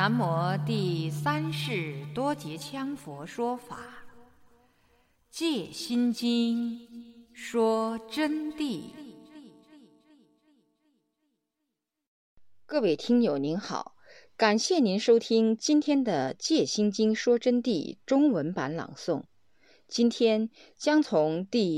南无第三世多杰羌佛说法，戒心经说真谛。 各位听友您好，感谢您收听今天的戒心经说真谛中文版朗诵。今天将从第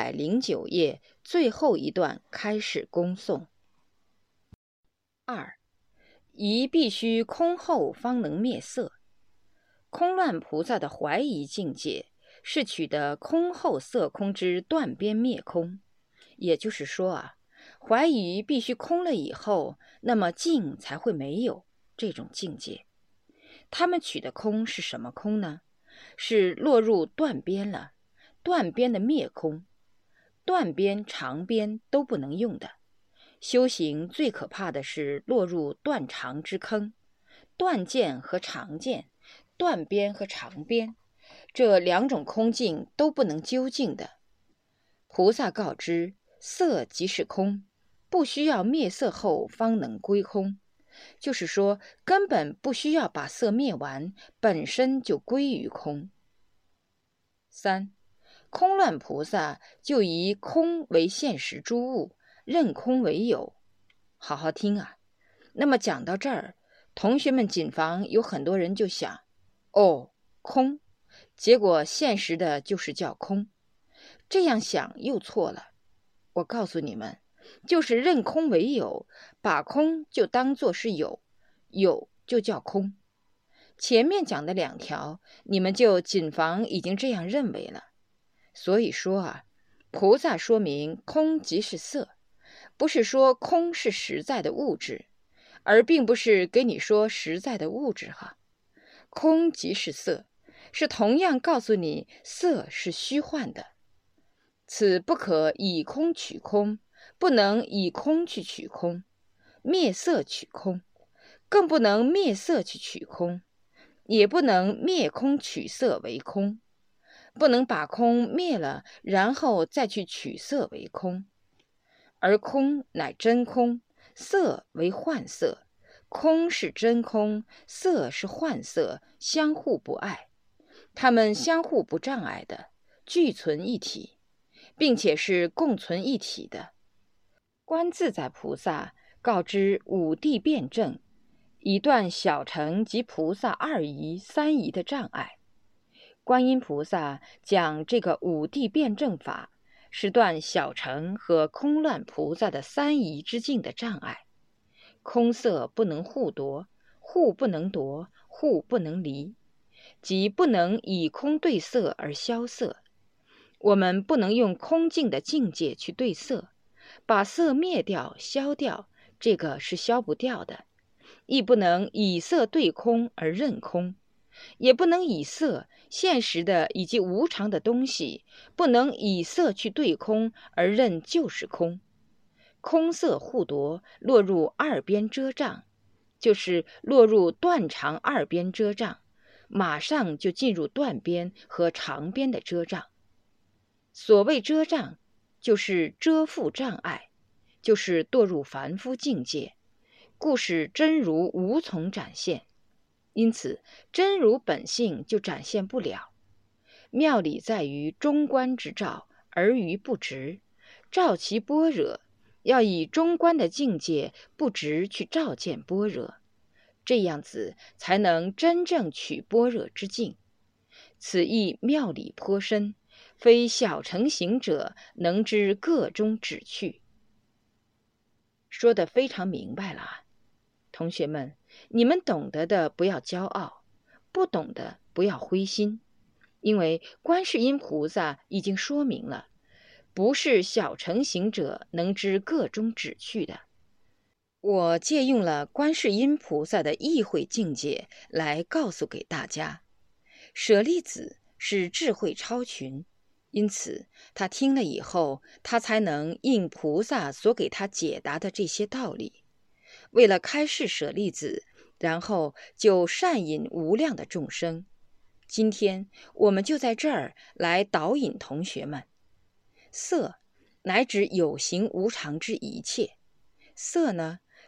309页最后一段开始恭诵。2. 疑必须空后方能灭色。空乱菩萨的怀疑境界是取得空后色空之断边灭空，也就是说怀疑必须空了以后，那么境才会没有这种境界。他们取的空是什么空呢？是落入断边了，断边的灭空，断边长边都不能用的。修行最可怕的是落入断长之坑，断见和长见，断边和长边，这两种空境都不能究竟的。菩萨告知，色即是空，不需要灭色后方能归空，就是说根本不需要把色灭完，本身就归于空。3. 空乱菩萨就以空为现实诸物，认空为有。好好听啊。那么讲到这儿，同学们谨防有很多人就想，空，结果现实的就是叫空。这样想又错了。我告诉你们，就是认空为有，把空就当作是有，有就叫空。前面讲的2条，你们就谨防已经这样认为了。所以说菩萨说明空即是色，不是说空是实在的物质，而并不是给你说实在的物质空即是色，是同样告诉你色是虚幻的。此不可以空取空，不能以空去取空，灭色取空，更不能灭色去取空，也不能灭空取色为空，不能把空灭了，然后再去取色为空。而空乃真空，色为幻色，空是真空，色是幻色，相互不碍，它们相互不障碍的，俱存一体，并且是共存一体的。观自在菩萨告知五谛辩证，以断小乘及菩萨2疑3疑的障碍。观音菩萨讲这个五谛辩证法，是断小乘和空乱菩萨的3疑之境的障碍。空色不能互夺，互不能夺，互不能离，即不能以空对色而消色。我们不能用空境的境界去对色，把色灭掉消掉，这个是消不掉的。亦不能以色对空而认空，也不能以色现实的以及无常的东西，不能以色去对空而认就是空。空色互夺，落入2边遮障，就是落入断长2边遮障，马上就进入断边和长边的遮障。所谓遮障，就是遮覆障碍，就是堕入凡夫境界，故使真如无从展现。因此真如本性就展现不了。妙理在于中观之照，而于不执，照其般若，要以中观的境界不执去照见般若，这样子才能真正取般若之境。此意妙理颇深，非小乘行者能知个中旨趣。说得非常明白了同学们，你们懂得的不要骄傲，不懂的不要灰心，因为观世音菩萨已经说明了，不是小乘行者能知个中旨趣的。我借用了观世音菩萨的意会境界来告诉给大家。舍利子是智慧超群，因此他听了以后，他才能应菩萨所给他解答的这些道理。为了开示舍利子，然后就善引无量的众生。今天我们就在这儿来导引同学们。色乃指有形无常之一切，色呢，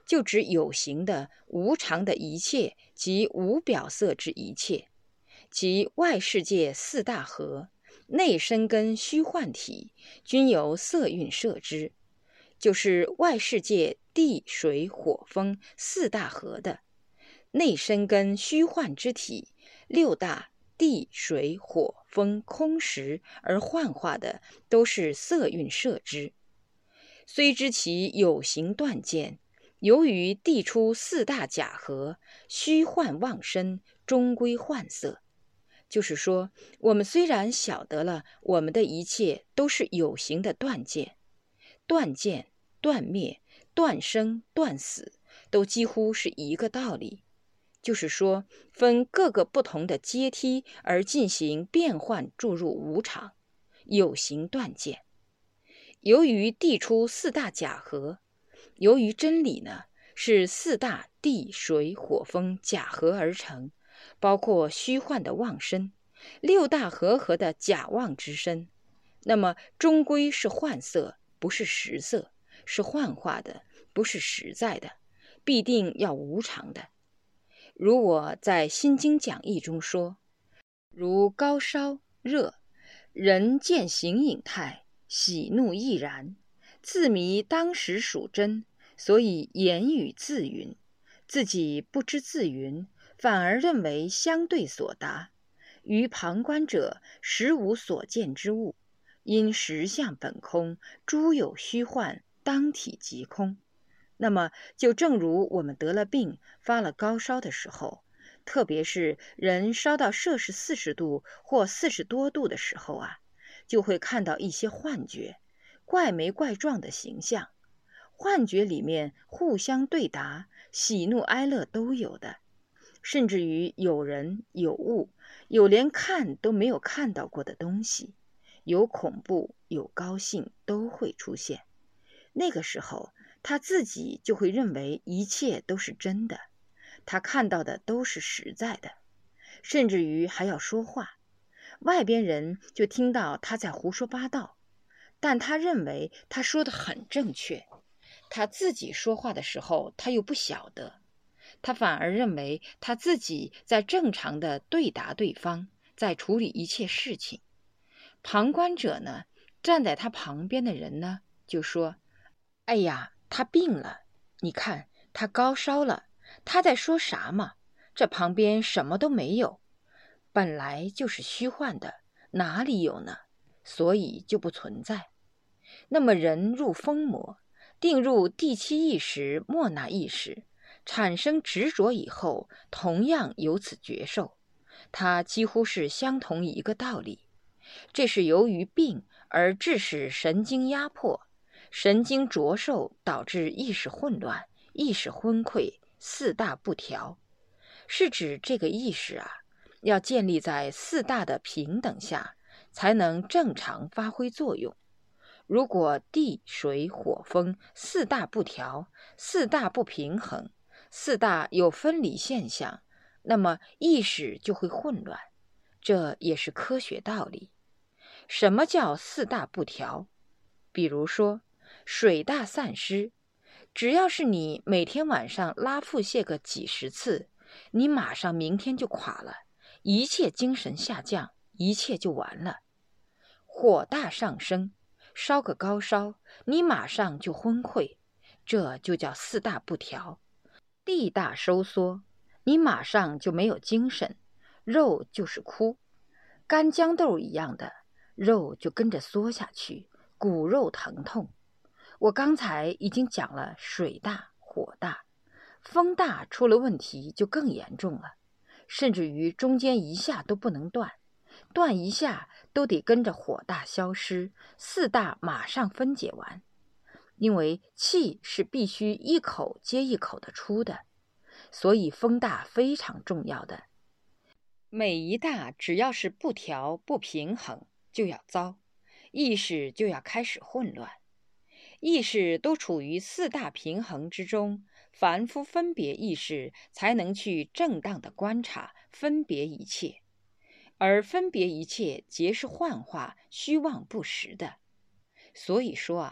就指有形的、无常的一切及无表色之一切，即外世界四大合，内身根虚幻体，均由色蕴摄之，就是外世界地水火风四大合的内身根虚幻之体，六大地水火风空识而幻化的，都是色蕴摄之。虽知其有形断见，由于地出四大假合，虚幻妄身，终归幻色。就是说，我们虽然晓得了我们的一切都是有形的断见，断见、断灭、断生、断死，都几乎是一个道理。就是说，分各个不同的阶梯而进行变换，注入无常，有形断见。由于地出四大假合，由于真理呢是四大地水火风假合而成，包括虚幻的妄身，六大合的假妄之身，那么终归是幻色，不是实色，是幻化的，不是实在的，必定要无常的。如我在《心经讲义》中说，如高烧热，人见形影态，喜怒亦然，自迷当时属真，所以言语自云，自己不知自云，反而认为相对所答。于旁观者实无所见之物，因实相本空，诸有虚幻，当体即空。那么就正如我们得了病发了高烧的时候，特别是人烧到摄氏40度或40多度的时候啊，就会看到一些幻觉，怪眉怪状的形象。幻觉里面互相对答，喜怒哀乐都有的，甚至于有人有物，有连看都没有看到过的东西，有恐怖有高兴都会出现。那个时候他自己就会认为一切都是真的，他看到的都是实在的，甚至于还要说话，外边人就听到他在胡说八道，但他认为他说的很正确，他自己说话的时候他又不晓得，他反而认为他自己在正常的对答对方，在处理一切事情。旁观者呢，站在他旁边的人呢，就说，哎呀，他病了，你看他高烧了，他在说啥嘛？这旁边什么都没有，本来就是虚幻的，哪里有呢？所以就不存在。那么人入疯魔，定入第七意识末那意识，产生执着以后，同样由此觉受，它几乎是相同一个道理。这是由于病而致使神经压迫，神经着受，导致意识混乱，意识昏聩，四大不调。是指这个意识啊，要建立在四大的平等下，才能正常发挥作用。如果地水火风四大不调，四大不平衡，四大有分离现象，那么意识就会混乱，这也是科学道理。什么叫四大不调？比如说水大散失，只要是你每天晚上拉腹泻个几十次，你马上明天就垮了，一切精神下降，一切就完了。火大上升，烧个高烧，你马上就昏聩，这就叫四大不调。地大收缩，你马上就没有精神，肉就是枯，干豇豆一样的，肉就跟着缩下去，骨肉疼痛。我刚才已经讲了水大火大，风大出了问题就更严重了，甚至于中间一下都不能断，断一下都得跟着火大消失，四大马上分解完。因为气是必须一口接一口的出的，所以风大非常重要的。每一大只要是不调不平衡，就要糟，意识就要开始混乱。意识都处于四大平衡之中，凡夫分别意识才能去正当的观察分别一切，而分别一切皆是幻化虚妄不实的。所以说啊，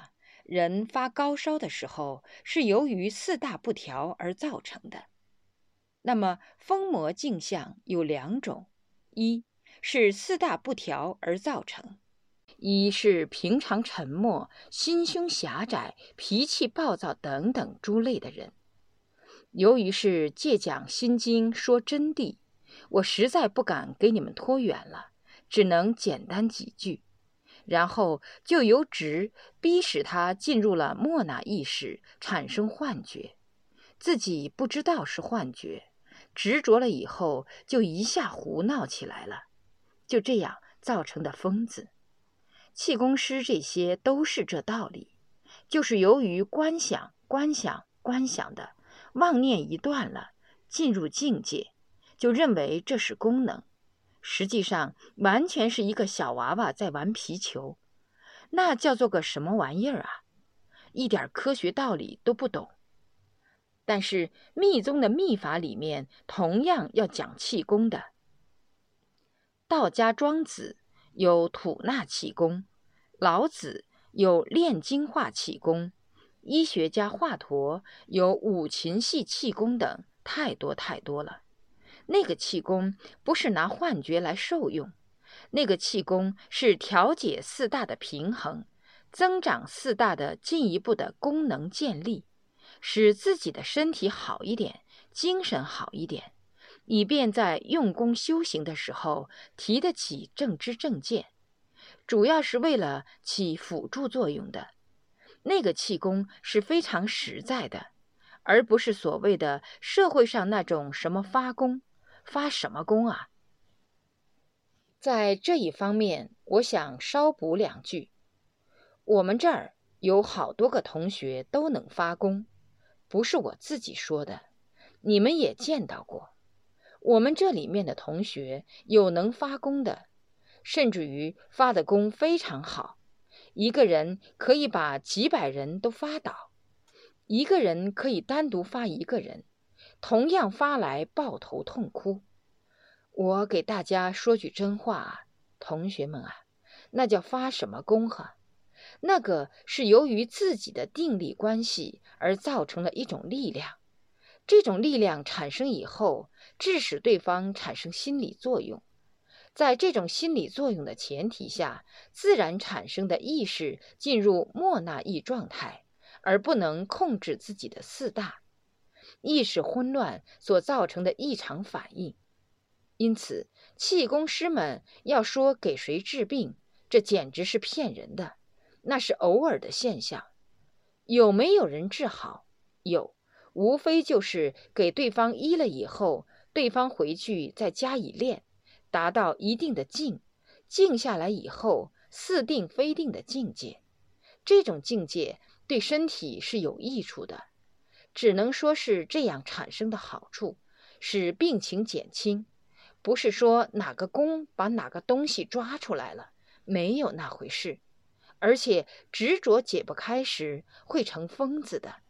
人发高烧的时候是由于四大不调而造成的。那么疯魔镜像有两种，一是四大不调而造成，一是平常沉默、心胸狭窄、脾气暴躁等等诸类的人。由于是借讲《心经》说真谛，我实在不敢给你们拖远了，只能简单几句，然后就由执逼使他进入了末那意识，产生幻觉，自己不知道是幻觉，执着了以后就一下胡闹起来了，就这样造成的疯子。气功师这些都是这道理，就是由于观想的妄念一断了，进入境界，就认为这是功能，实际上完全是一个小娃娃在玩皮球，那叫做个什么玩意儿啊？一点科学道理都不懂。但是密宗的密法里面同样要讲气功的。道家庄子有吐纳气功，老子有炼精化气功，医学家华佗有五禽戏气功等，太多了。那个气功不是拿幻觉来受用，那个气功是调节四大的平衡，增长四大的进一步的功能建立，使自己的身体好一点，精神好一点，以便在用功修行的时候提得起正知正见，主要是为了起辅助作用的。那个气功是非常实在的，而不是所谓的社会上那种什么发功，发什么功啊？在这一方面，我想稍补两句。我们这儿有好多个同学都能发功，不是我自己说的，你们也见到过。我们这里面的同学有能发功的，甚至于发的功非常好，一个人可以把几百人都发倒，一个人可以单独发一个人，同样发来抱头痛哭。我给大家说句真话啊，同学们啊，那叫发什么功啊？那个是由于自己的定力关系而造成了一种力量，这种力量产生以后，致使对方产生心理作用，在这种心理作用的前提下，自然产生的意识进入末那意状态，而不能控制自己的四大，意识混乱所造成的异常反应。因此气功师们要说给谁治病，这简直是骗人的，那是偶尔的现象。有没有人治好？有，无非就是给对方医了以后，对方回去再加以练，达到一定的静下来以后，似定非定的境界。这种境界对身体是有益处的，只能说是这样产生的好处，使病情减轻，不是说哪个功把哪个东西抓出来了，没有那回事。而且执着解不开时，会成疯子的。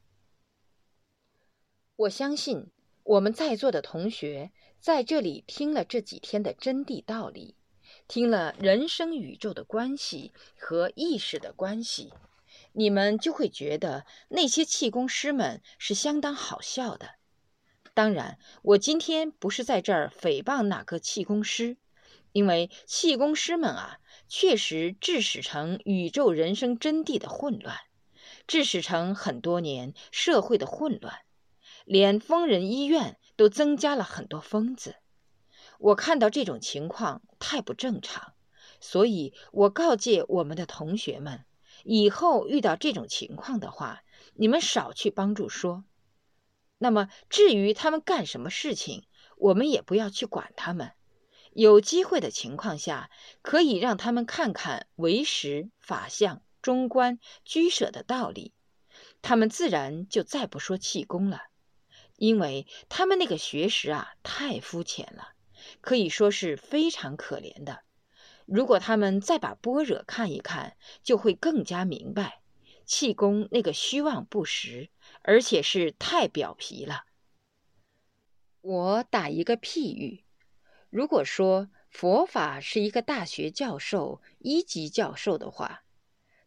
我相信我们在座的同学在这里听了这几天的真谛道理，听了人生宇宙的关系和意识的关系，你们就会觉得那些气功师们是相当好笑的。当然，我今天不是在这儿诽谤哪个气功师，因为气功师们啊，确实致使成宇宙人生真谛的混乱，致使成很多年社会的混乱，连疯人医院都增加了很多疯子。我看到这种情况太不正常，所以我告诫我们的同学们，以后遇到这种情况的话，你们少去帮助说。那么至于他们干什么事情，我们也不要去管他们。有机会的情况下，可以让他们看看唯识、法相、中观、居舍的道理，他们自然就再不说气功了，因为他们那个学识啊太肤浅了，可以说是非常可怜的。如果他们再把般若看一看，就会更加明白气功那个虚妄不实，而且是太表皮了。我打一个譬喻，如果说佛法是一个大学教授、一级教授的话，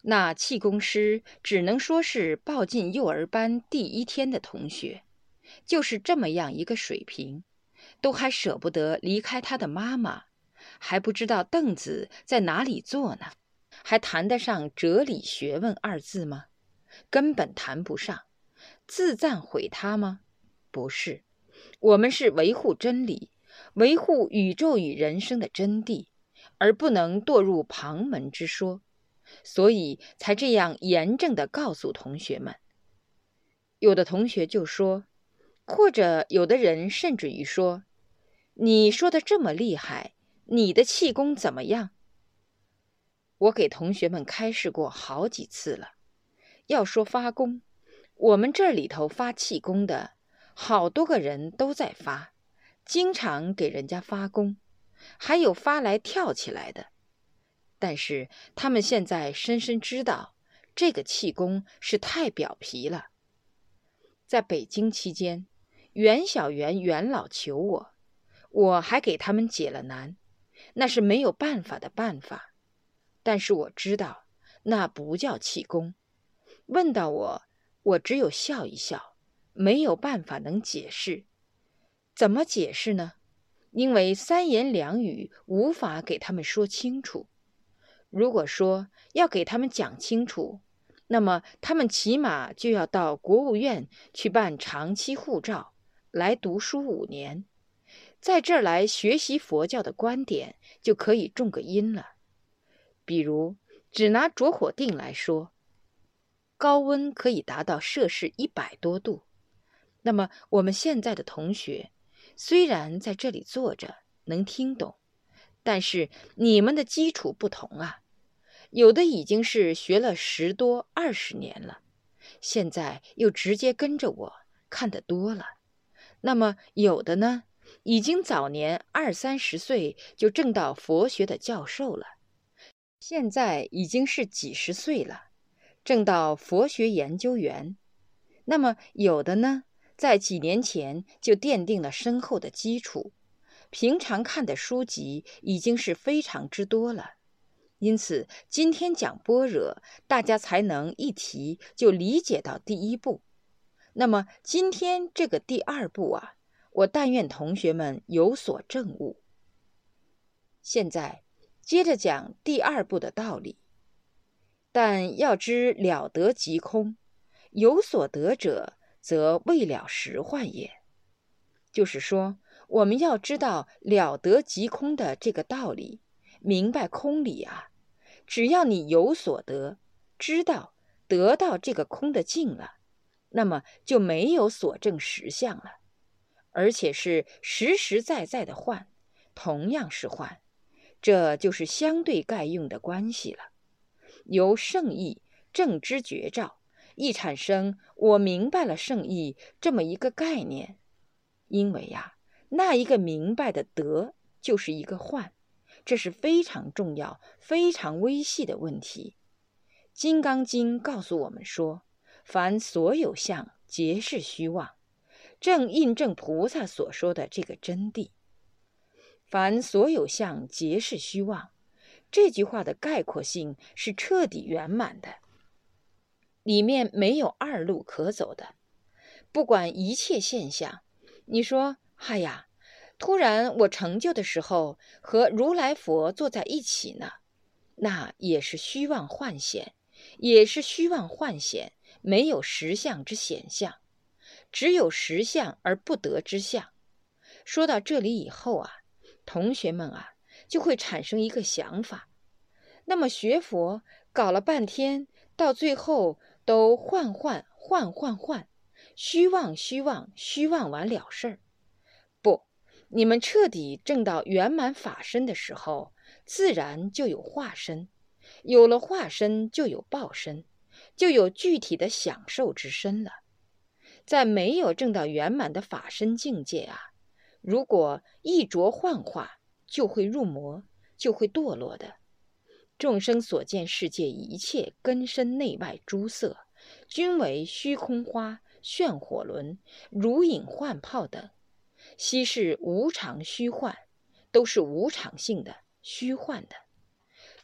那气功师只能说是报进幼儿班第1天的同学，就是这么样一个水平，都还舍不得离开他的妈妈，还不知道凳子在哪里坐呢，还谈得上哲理学问2字吗？根本谈不上。自赞毁他吗？不是，我们是维护真理，维护宇宙与人生的真谛，而不能堕入旁门之说，所以才这样严正地告诉同学们。有的同学就说，或者有的人甚至于说，你说的这么厉害，你的气功怎么样？我给同学们开示过好几次了，要说发功，我们这里头发气功的好多个人都在发，经常给人家发功，还有发来跳起来的。但是他们现在深深知道，这个气功是太表皮了。在北京期间，袁小元袁老求我还给他们解了难，那是没有办法的办法。但是我知道，那不叫气功。问到我只有笑一笑，没有办法能解释。怎么解释呢？因为3言2语无法给他们说清楚。如果说要给他们讲清楚，那么他们起码就要到国务院去办长期护照，来读书5年，在这儿来学习佛教的观点，就可以种个因了。比如只拿着火定来说，高温可以达到摄氏100多度。那么我们现在的同学虽然在这里坐着能听懂，但是你们的基础不同啊，有的已经是学了10多20年了，现在又直接跟着我看得多了。那么有的呢，已经早年20、30岁就证到佛学的教授了，现在已经是几十岁了，证到佛学研究员。那么有的呢，在几年前就奠定了深厚的基础，平常看的书籍已经是非常之多了。因此今天讲般若，大家才能一提就理解到第1步。那么今天这个第2步啊，我但愿同学们有所证悟。现在接着讲第2步的道理。但要知了得即空，有所得者，则未了实幻也。就是说，我们要知道了得即空的这个道理，明白空理啊，只要你有所得，知道得到这个空的境了，那么就没有所证实相了，而且是实实在在的幻，同样是幻，这就是相对概用的关系了。由圣意正知觉照，亦产生我明白了圣意这么一个概念。因为呀，那一个明白的得就是一个幻，这是非常重要非常微细的问题。金刚经告诉我们说，凡所有相皆是虚妄，正印证菩萨所说的这个真谛。凡所有相皆是虚妄，这句话的概括性是彻底圆满的，里面没有2路可走的。不管一切现象，你说嗨呀，突然我成就的时候和如来佛坐在一起呢，那也是虚妄幻显，也是虚妄幻显，没有实相之显象，只有实相而不得之相。说到这里以后啊，同学们啊就会产生一个想法，那么学佛搞了半天，到最后都幻，虚妄虚妄完了事儿。不，你们彻底证到圆满法身的时候，自然就有化身，有了化身就有报身，就有具体的享受之身了。在没有证到圆满的法身境界啊，如果一着幻化，就会入魔，就会堕落的。众生所见世界一切根深内外诸色，均为虚空花、炫火轮、如影幻泡等，悉是无常虚幻，都是无常性的虚幻的。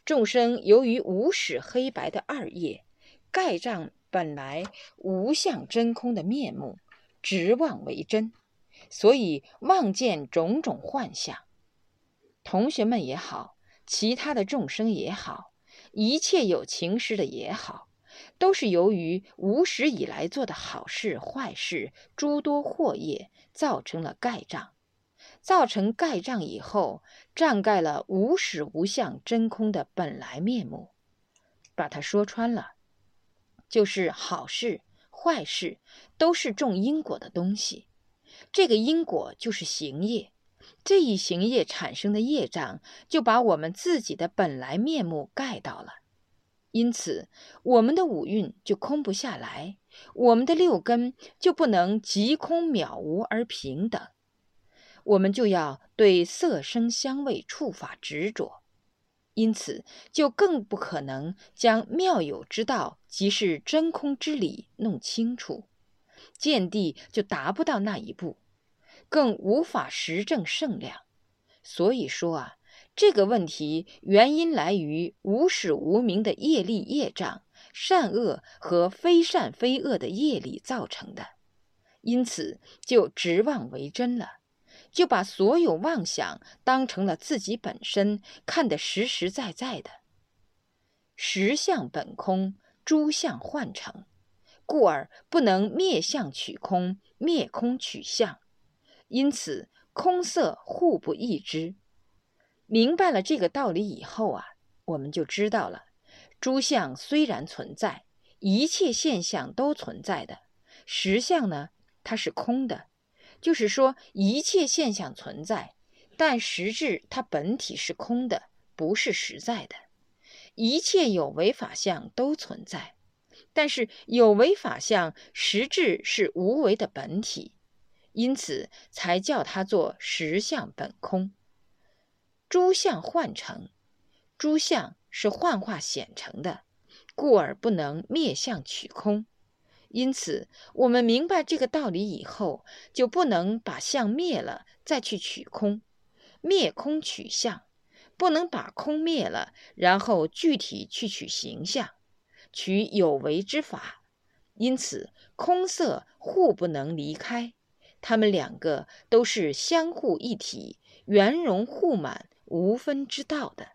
众生由于无始黑白的二业，盖障本来无相真空的面目，执妄为真，所以妄见种种幻象。同学们也好，其他的众生也好，一切有情识的也好，都是由于无始以来做的好事坏事诸多祸业，造成了盖障。造成盖障以后，障盖了无始无相真空的本来面目。把它说穿了，就是好事坏事都是种因果的东西，这个因果就是行业，这一行业产生的业障，就把我们自己的本来面目盖到了。因此我们的五蕴就空不下来，我们的六根就不能即空渺无而平等，我们就要对色声香味触法执着，因此就更不可能将妙有之道，即是真空之理弄清楚，见地就达不到那一步，更无法实证圣量。所以说啊，这个问题原因来于无始无明的业力业障，善恶和非善非恶的业力造成的，因此就执妄为真了，就把所有妄想当成了自己本身，看得实实在在的。实相本空，诸相幻成，故而不能灭相取空，灭空取相，因此空色互不异之。明白了这个道理以后啊，我们就知道了，诸相虽然存在，一切现象都存在的，实相呢，它是空的，就是说一切现象存在，但实质它本体是空的，不是实在的。一切有为法相都存在，但是有为法相实质是无为的本体，因此才叫它做实相本空。诸相幻成，诸相是幻化显成的，故而不能灭相取空。因此我们明白这个道理以后，就不能把相灭了再去取空，灭空取相，不能把空灭了，然后具体去取形象，取有为之法。因此空色互不能离开，它们两个都是相互一体，圆融互满，无分之道的。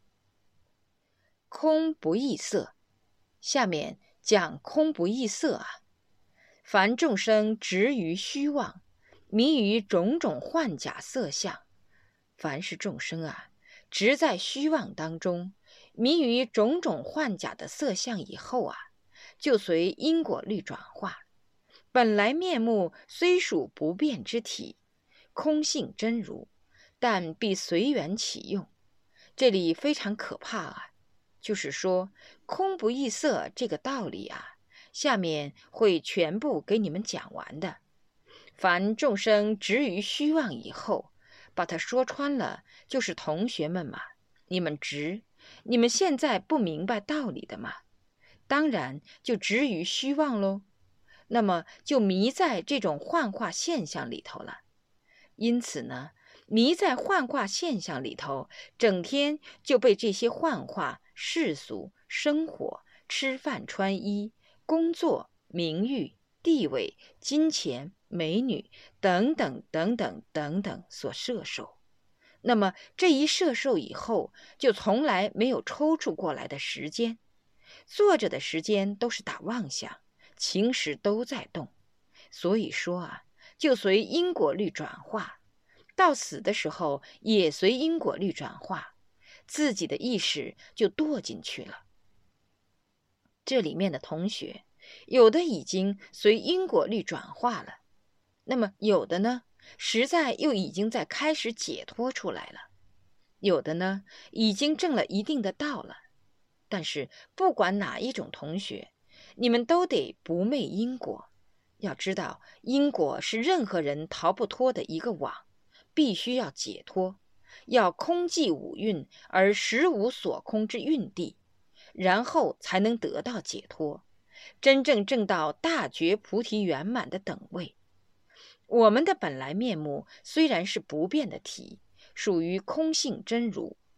空不异色，下面讲空不异色啊。凡众生执于虚妄，迷于种种幻假色相，凡是众生啊，执在虚妄当中，迷于种种幻假的色相以后啊，就随因果律转化。本来面目虽属不变之体，空性真如，但必随缘起用。这里非常可怕啊，就是说空不异色这个道理啊，下面会全部给你们讲完的。凡众生执于虚妄以后，把它说穿了，就是同学们嘛，你们执，你们现在不明白道理的嘛，当然就执于虚妄咯，那么就迷在这种幻化现象里头了。因此呢，迷在幻化现象里头，整天就被这些幻化、世俗、生活、吃饭穿衣、工作、名誉、地位、金钱、美女等等等等等等所摄受。那么这一摄受以后，就从来没有抽出过来的时间，坐着的时间都是打妄想，情识都在动。所以说啊，就随因果律转化，到死的时候也随因果律转化，自己的意识就堕进去了。这里面的同学，有的已经随因果律转化了，那么有的呢，实在又已经在开始解脱出来了，有的呢，已经证了一定的道了。但是不管哪一种同学，你们都得不昧因果。要知道，因果是任何人逃不脱的一个网，必须要解脱，要空寂五蕴而实无所空之蕴地，然后才能得到解脱，真正证到大觉菩提圆满的等位。我们的本来面目虽然是不变的体，属于空性真如，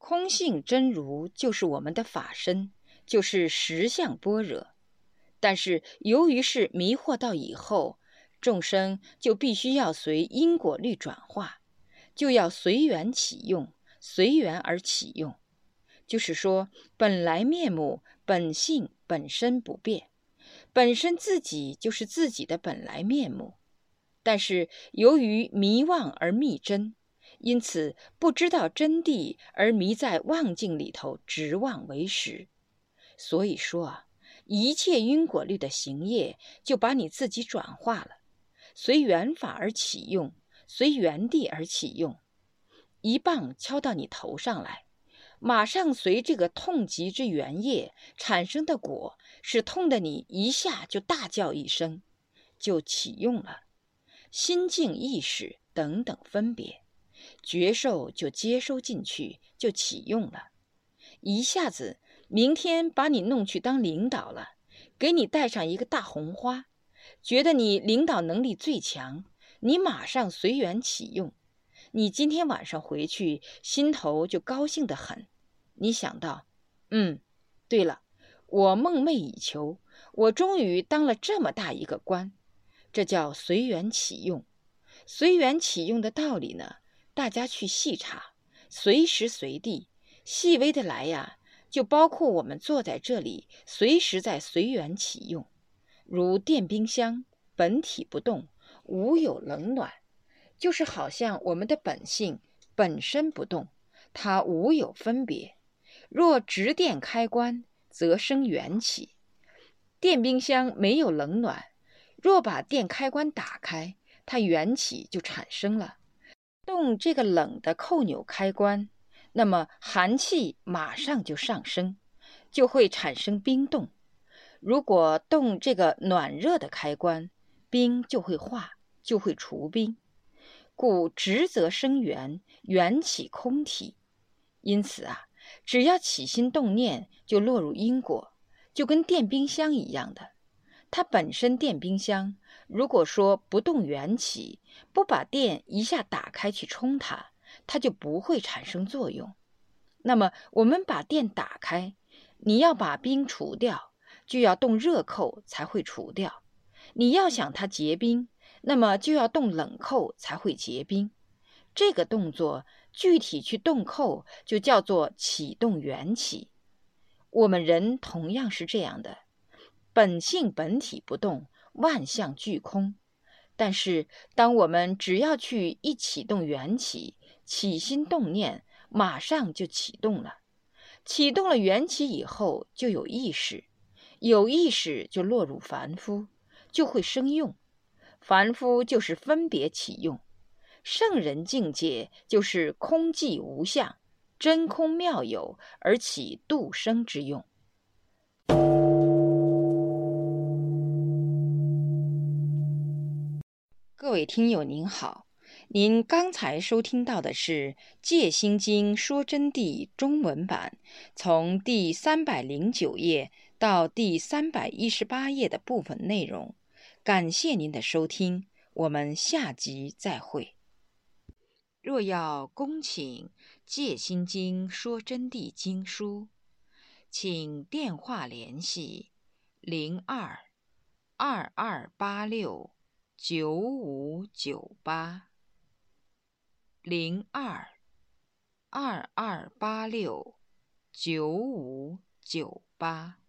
空性真如就是我们的法身，就是实相般若。但是由于是迷惑到以后，众生就必须要随因果律转化，就要随缘起用，随缘而起用。就是说，本来面目、本性、本身不变，本身自己就是自己的本来面目。但是由于迷妄而觅真，因此不知道真谛而迷在妄境里头，执妄为实。所以说啊，一切因果律的行业就把你自己转化了，随缘法而起用，随缘地而起用。一棒敲到你头上来，马上随这个痛极之缘业产生的果，是痛的你一下就大叫一声，就起用了。心境意识等等分别，觉受就接收进去，就起用了。一下子明天把你弄去当领导了，给你戴上一个大红花，觉得你领导能力最强，你马上随缘起用。你今天晚上回去心头就高兴得很，你想到对了，我梦寐以求，我终于当了这么大一个官。这叫随缘起用。随缘起用的道理呢，大家去细查，随时随地细微的来呀，就包括我们坐在这里随时在随缘起用。如电冰箱本体不动，无有冷暖，就是好像我们的本性本身不动，它无有分别。若直电开关，则生缘起。电冰箱没有冷暖，若把电开关打开，它缘起就产生了。动这个冷的扣钮开关，那么寒气马上就上升，就会产生冰冻。如果动这个暖热的开关，冰就会化，就会除冰。故直则生缘，缘起空体。因此啊，只要起心动念，就落入因果，就跟电冰箱一样的。它本身电冰箱，如果说不动缘起，不把电一下打开去冲它，它就不会产生作用。那么我们把电打开，你要把冰除掉，就要动热扣才会除掉。你要想它结冰，那么就要动冷扣才会结冰。这个动作具体去动扣，就叫做启动缘起。我们人同样是这样的，本性本体不动，万象俱空。但是当我们只要去一启动缘起，起心动念，马上就启动了。启动了缘起以后，就有意识，有意识就落入凡夫，就会生用。凡夫就是分别起用，圣人境界就是空寂无相，真空妙有，而起度生之用。各位听友您好，您刚才收听到的是《戒心经说真谛》中文版，从第309页到第318页的部分内容。感谢您的收听，我们下集再会。若要恭请《戒心经说真谛》经书，请电话联系02-2286-9598 02-2286-9598。